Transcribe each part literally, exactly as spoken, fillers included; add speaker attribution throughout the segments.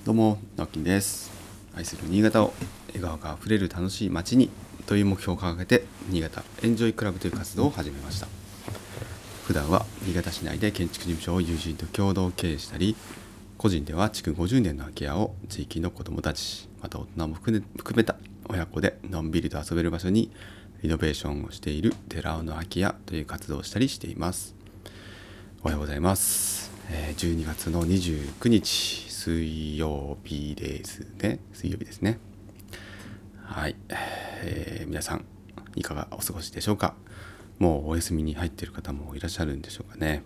Speaker 1: どうも、直樹です。愛する新潟を笑顔があふれる楽しい街にという目標を掲げて、新潟エンジョイクラブという活動を始めました。普段は新潟市内で建築事務所を友人と共同経営したり、個人では築ごじゅうねんの空き家を地域の子どもたち、また大人も含めた親子でのんびりと遊べる場所にリノベーションをしている寺尾の空き家という活動をしたりしています。おはようございます。じゅうにがつのにじゅうくにち水曜日ですね。水曜日ですね。はい、えー、皆さんいかがお過ごしでしょうか。もうお休みに入っている方もいらっしゃるんでしょうかね。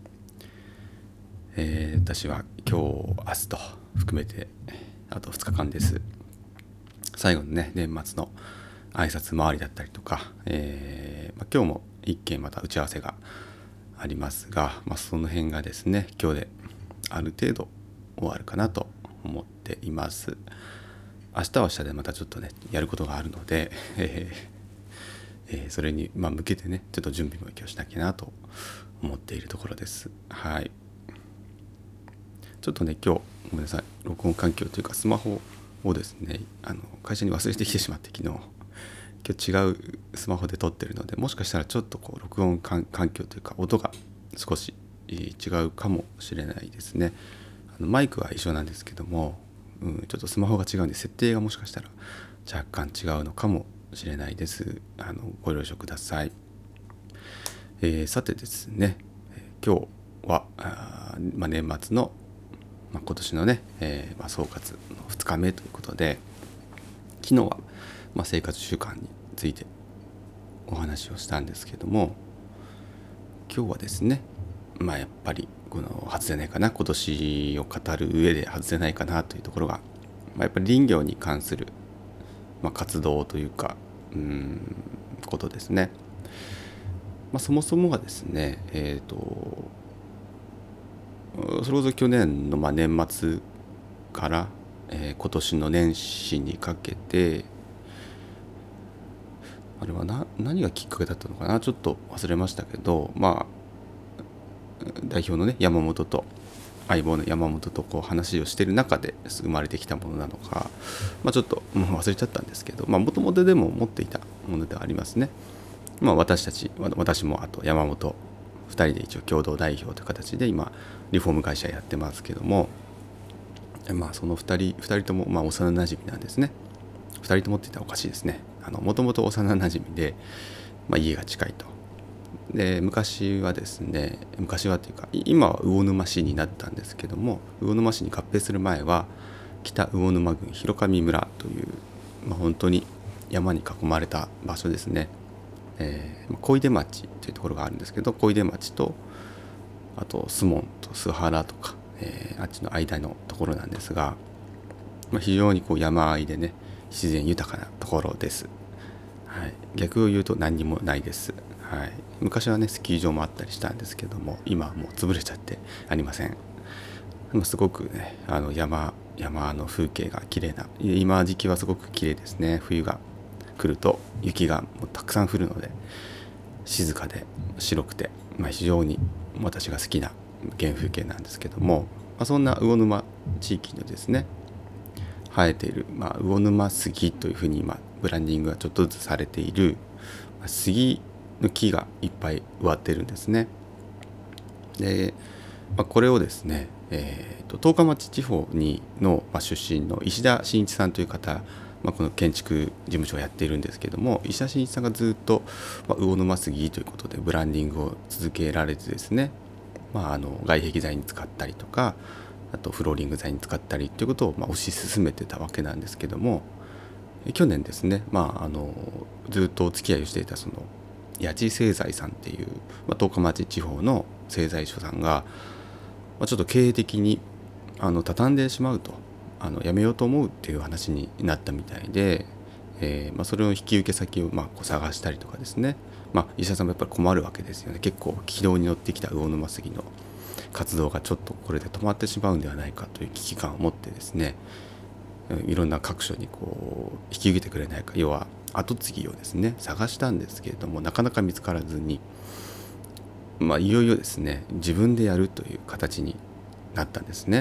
Speaker 1: えー、私は今日明日と含めてあとふつかかんです。最後のね年末の挨拶回りだったりとか、えーまあ、今日も一件また打ち合わせがありますが、まあ、その辺がですね今日である程度終わるかなと思っています。明日は明日でまたちょっとねやることがあるので、えーえー、それに、まあ、向けてねちょっと準備も今日しなきゃなと思っているところです。はい。ちょっとね今日ごめんなさい、録音環境というかスマホをですねあの会社に忘れてきてしまって、昨日今日違うスマホで撮ってるので、もしかしたらちょっとこう録音環境というか音が少し違うかもしれないですね。あのマイクは一緒なんですけども、うん、ちょっとスマホが違うんで設定がもしかしたら若干違うのかもしれないです。あのご了承ください。えー、さてですね、今日はあ、まあ、年末の、まあ、今年のね、えーまあ、総括のふつかめということで、昨日は、まあ、生活習慣についてお話をしたんですけども、今日はですねまあやっぱりこの外せないかな、今年を語る上で外せないかなというところが、まあ、やっぱり林業に関する、まあ、活動というかうーんことですね。まあ、そもそもはですねえっとそれこそ去年のまあ年末から、えー、今年の年始にかけて、あれはな何がきっかけだったのかな、ちょっと忘れましたけど、まあ代表のね山本と相棒の山本とこう話をしている中で生まれてきたものなのか、まあ、ちょっともう忘れちゃったんですけど、もともとでも持っていたものではありますね。まあ、私たち私もあと山本ふたりで一応共同代表という形で今リフォーム会社やってますけども、まあ、そのふたりふたりともまあ幼なじみなんですね。ふたりともって言ったらおかしいですね。もともと幼なじみで、まあ、家が近いと。で昔はですね昔はというか今は魚沼市になったんですけども、魚沼市に合併する前は北魚沼郡広上村という、まあ、本当に山に囲まれた場所ですね。えー、小出町というところがあるんですけど、小出町とあと守門と須原とか、えー、あっちの間のところなんですが、まあ、非常にこう山あいでね自然豊かなところです。はい、逆を言うと何にもないです。はい、昔はねスキー場もあったりしたんですけども、今はもう潰れちゃってありません。すごくねあの山山の風景が綺麗な、今時期はすごく綺麗ですね。冬が来ると雪がもうたくさん降るので静かで白くて、まあ、非常に私が好きな原風景なんですけども、まあ、そんな魚沼地域のですね生えている、まあ、魚沼杉というふうに今ブランディングがちょっとずつされている、まあ、杉の木がいっぱい植わってるんですね。で、まあ、これをですね、えーと、十日町地方にの、まあ、出身の石田真一さんという方、まあ、この建築事務所をやっているんですけども、石田真一さんがずっと、まあ、魚沼杉ということでブランディングを続けられてですね、まあ、あの外壁材に使ったりとか、あとフローリング材に使ったりということをまあ推し進めてたわけなんですけども、去年ですね、まあ、あのずっとお付き合いをしていたその八千製材さんっていう、まあ、十日町地方の製材所さんが、まあ、ちょっと経営的にあの畳んでしまうと、あの辞めようと思うっていう話になったみたいで、えーまあ、それを引き受け先をまあこう探したりとかですね、まあ、石田さんもやっぱり困るわけですよね。結構軌道に乗ってきた魚沼杉の活動がちょっとこれで止まってしまうんではないかという危機感を持ってですね、いろんな各所にこう引き受けてくれないか、要は後継ぎをですね探したんですけれども、なかなか見つからずに、まあいよいよですね自分でやるという形になったんですね。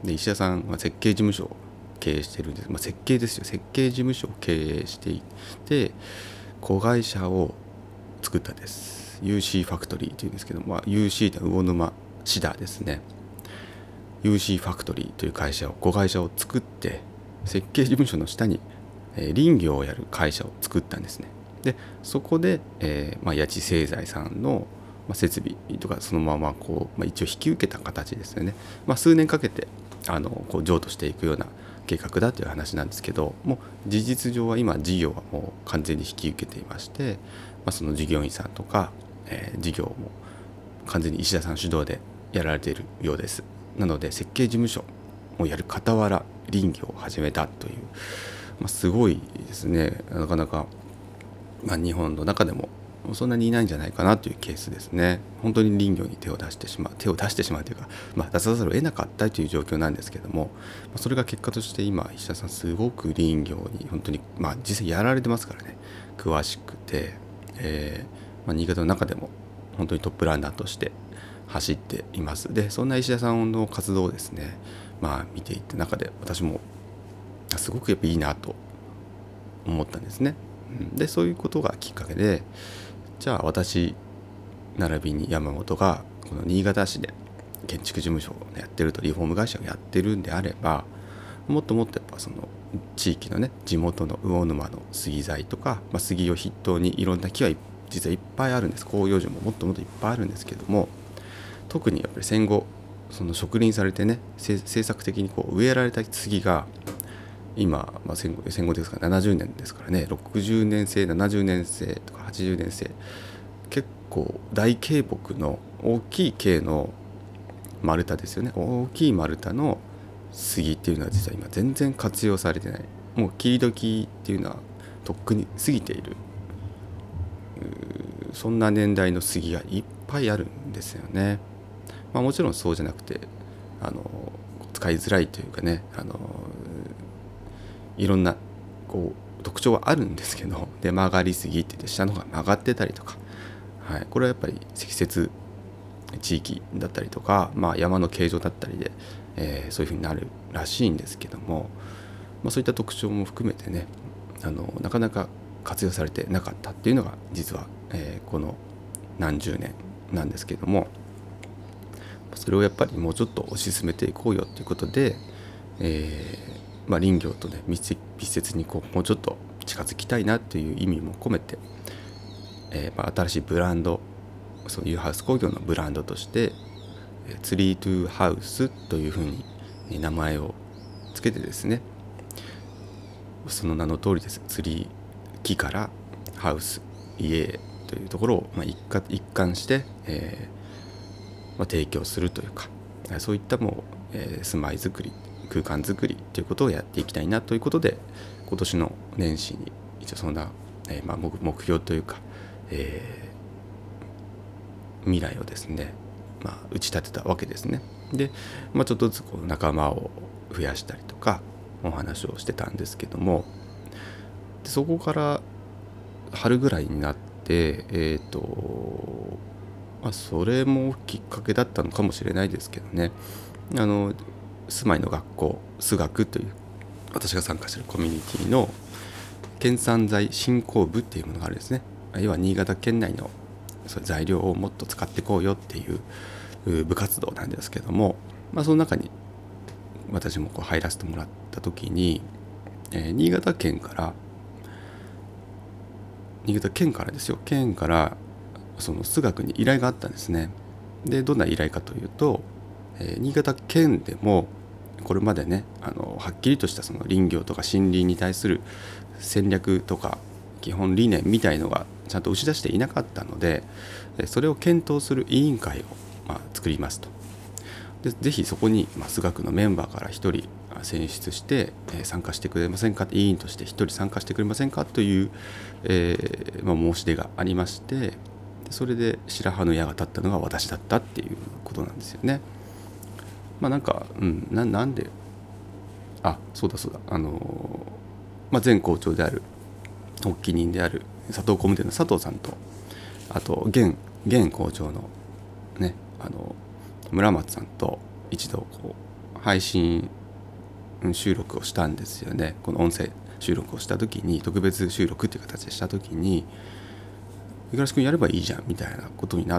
Speaker 1: で石田さんは設計事務所を経営してるんです、まあ、設計ですよ設計事務所を経営していて子会社を作ったんです。 ユーシー ファクトリーというんですけど、まあ、ユーシー って魚沼シダですね。 ユーシー ファクトリーという会社を子会社を作って設計事務所の下に、えー、林業をやる会社を作ったんですね。でそこで、えーまあ、八千製材さんの設備とかそのままこう、まあ、一応引き受けた形ですよね。まあ、数年かけてあのこう譲渡していくような計画だという話なんですけども、事実上は今事業はもう完全に引き受けていまして、まあ、その従業員さんとか、えー、事業も完全に石田さん主導でやられているようです。なので設計事務所をやる傍ら林業を始めたという、まあ、すごいですね。なかなか、まあ、日本の中でもそんなにいないんじゃないかなというケースですね。本当に林業に手を出してしまう手を出してしまうというか、まあ、出さざるを得なかったという状況なんですけども、それが結果として今石田さんすごく林業に本当に、まあ、実際やられてますからね、詳しくて、えーまあ、新潟の中でも本当にトップランナーとして走っています。でそんな石田さんの活動をですね、まあ、見ていった中で私もすごくやっぱいいなと思ったんですね。でそういうことがきっかけで、じゃあ私並びに山本がこの新潟市で建築事務所をやってると、リフォーム会社をやってるんであれば、もっともっとやっぱその地域のね地元の魚沼の杉材とか、まあ、杉を筆頭にいろんな木は実はいっぱいあるんです。広葉樹ももっともっといっぱいあるんですけども、特にやっぱり戦後その植林されてね政策的にこう植えられた杉が今、まあ、戦後、戦後ですからななじゅうねんですからね、ろくじゅうねん生ななじゅうねん生とかはちじゅうねん生、結構大径木の大きい径の丸太ですよね。大きい丸太の杉っていうのは実は今全然活用されてない。もう切り時っていうのはとっくに過ぎている、そんな年代の杉がいっぱいあるんですよね。まあ、もちろんそうじゃなくてあの使いづらいというかね、あのいろんなこう特徴はあるんですけど、で曲がりすぎって言って下の方が曲がってたりとか、はい、これはやっぱり積雪地域だったりとか、まあ、山の形状だったりで、えー、そういうふうになるらしいんですけども、まあ、そういった特徴も含めてね、あのなかなか活用されてなかったっていうのが実は、えー、この何十年なんですけども、それをやっぱりもうちょっと推し進めていこうよということで、えーまあ、林業とね密接にこうもうちょっと近づきたいなという意味も込めて、えーまあ、新しいブランド、そのユーハウス工業のブランドとしてツリートゥーハウスというふうに名前をつけてですね、その名の通りです。ツリー、木からハウス、家というところを、まあ、一貫一貫して、えーまあ、提供するというか、そういったもう、えー、住まいづくり、空間づくりということをやっていきたいなということで、今年の年始に一応そんな、えーまあ、目, 目標というか、えー、未来をですね、まあ、打ち立てたわけですね。で、まあ、ちょっとずつこう仲間を増やしたりとかお話をしてたんですけども、でそこから春ぐらいになってえっ、ー、とまあそれもきっかけだったのかもしれないですけどね、あの住まいの学校数学という私が参加しているコミュニティの県産材振興部っていうものがあるんですね。要は新潟県内のそういう材料をもっと使っていこうよっていう部活動なんですけども、まあ、その中に私もこう入らせてもらった時に、えー、新潟県から新潟県からですよ県からその数学に依頼があったんですね。でどんな依頼かというと、えー、新潟県でもこれまでねあのはっきりとしたその林業とか森林に対する戦略とか基本理念みたいのがちゃんと打ち出していなかったので、それを検討する委員会を、まあ、作りますと。でぜひそこに、まあ、数学のメンバーからひとり選出して、えー、参加してくれませんか、委員としてひとり参加してくれませんかという、えーまあ、申し出がありまして、でそれで白羽の矢が立ったのが私だったっていうことなんですよね。まあなんか、うん、な, なんであそうだそうだあのー、まあ、前校長である発起人である佐藤工務店の佐藤さんと、あと現現校長のねあの村松さんと一度こう配信収録をしたんですよね。この音声収録をした時に、特別収録っていう形でした時に、五十嵐君やればいいじゃんみたいなことになって、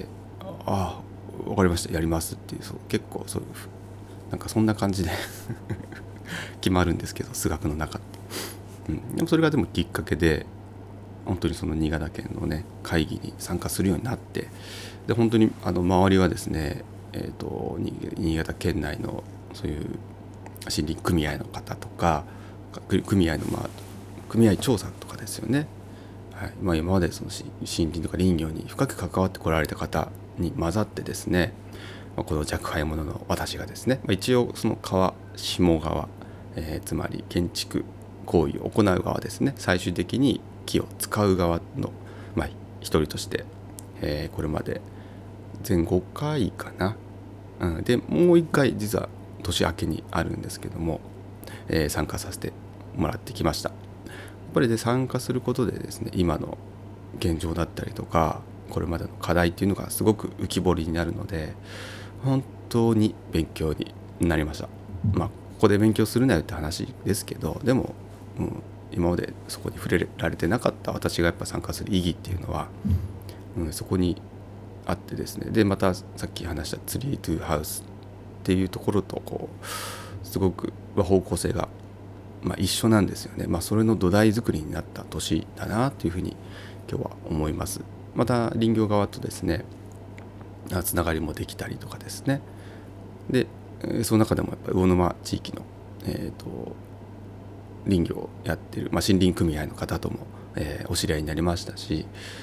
Speaker 1: ああ分かりましたやりますっていう、そう結構そういうなんかそんな感じで決まるんですけど、数学の中って、うん、でもそれがでもきっかけで本当にその新潟県のね会議に参加するようになって、で本当にあの周りはですね、えーと、新潟県内のそういう森林組合の方とか、組合のまあ組合長さんとかですよね。はいまあ、今までその森林とか林業に深く関わってこられた方に混ざってですね、まあ、この若輩者の私がですね、まあ、一応その川下側、えー、つまり建築行為を行う側ですね、最終的に木を使う側の、まあ、一人として、えー、これまで全ごかいかな、うん、でもういっかい実は年明けにあるんですけども、えー、参加させてもらってきました。やっぱりで参加することでですね、今の現状だったりとかこれまでの課題っていうのがすごく浮き彫りになるので、本当に勉強になりました。まあここで勉強するなよって話ですけど、でも、うん、今までそこに触れられてなかった私がやっぱ参加する意義っていうのは、うん、そこにあってですね、でまたさっき話したツリートゥーハウスっていうところとこうすごく方向性がまあ一緒なんですよね。まあそれの土台作りになった年だなというふうに今日は思います。また林業側とですねつながりもできたりとかですね、でその中でもやっぱり魚沼地域の、えー、と林業をやってる、まあ、森林組合の方とも、えー、お知り合いになりましたし、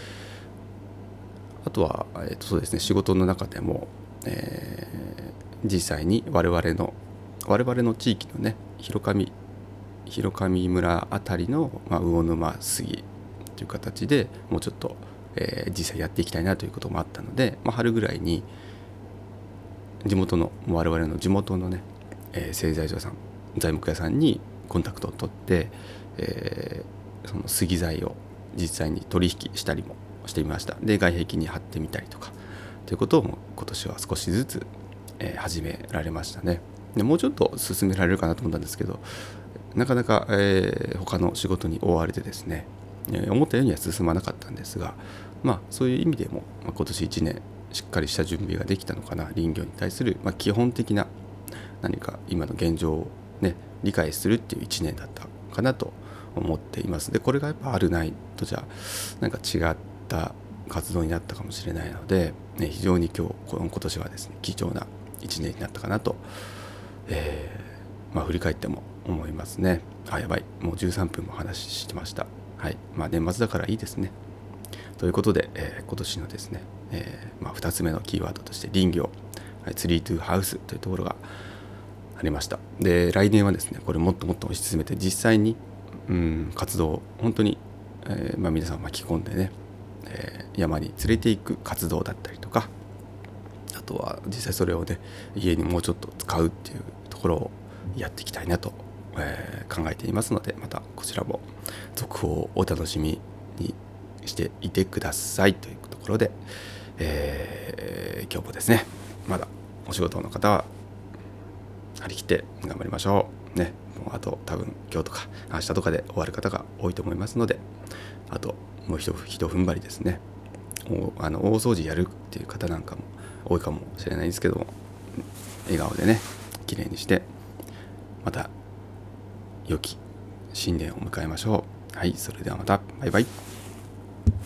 Speaker 1: あとは、えー、とそうですね仕事の中でも、えー、実際に我々の我々の地域のね広上広上村あたりの、まあ、魚沼杉という形でもうちょっと、えー、実際やっていきたいなということもあったので、まあ、春ぐらいに地元の我々の地元のね、えー、製材所さん材木屋さんにコンタクトを取って、えー、その杉材を実際に取引したりもしてみました。で外壁に貼ってみたりとかということを今年は少しずつ、えー、始められましたね。でもうちょっと進められるかなと思ったんですけど、なかなか、えー、他の仕事に追われてですね、えー、思ったようには進まなかったんですが、まあそういう意味でも、まあ、今年いちねんしっかりした準備ができたのかな、林業に対する、まあ、基本的な何か今の現状をね理解するっていういちねんだったかなと思っています。でこれがやっぱあるないとじゃなんか違った活動になったかもしれないので、ね、非常に今日今年はですね貴重ないちねんになったかなと、えーまあ、振り返っても思いますね。あやばいもうじゅうさんぷんも話してました。はいまあ年末だからいいですね。ということで、えー、今年のですね、えーまあ、ふたつめのキーワードとして林業、はい、ツリートゥーハウスというところがありました。で来年はですねこれもっともっと推し進めて実際に、うん、活動を本当に、えーまあ、皆さんを巻き込んでね、えー、山に連れていく活動だったりとか、あとは実際それをね家にもうちょっと使うっていうところをやっていきたいなと、えー、考えていますので、またこちらも続報をお楽しみにしていてくださいというところで、えー、今日もですねまだお仕事の方は張り切って頑張りましょうね。もうあと多分今日とか明日とかで終わる方が多いと思いますので、あともうひと踏ん張りですね。あの大掃除やるっていう方なんかも多いかもしれないですけども、笑顔でね綺麗にしてまた良き新年を迎えましょう。はい、それではまたバイバイ。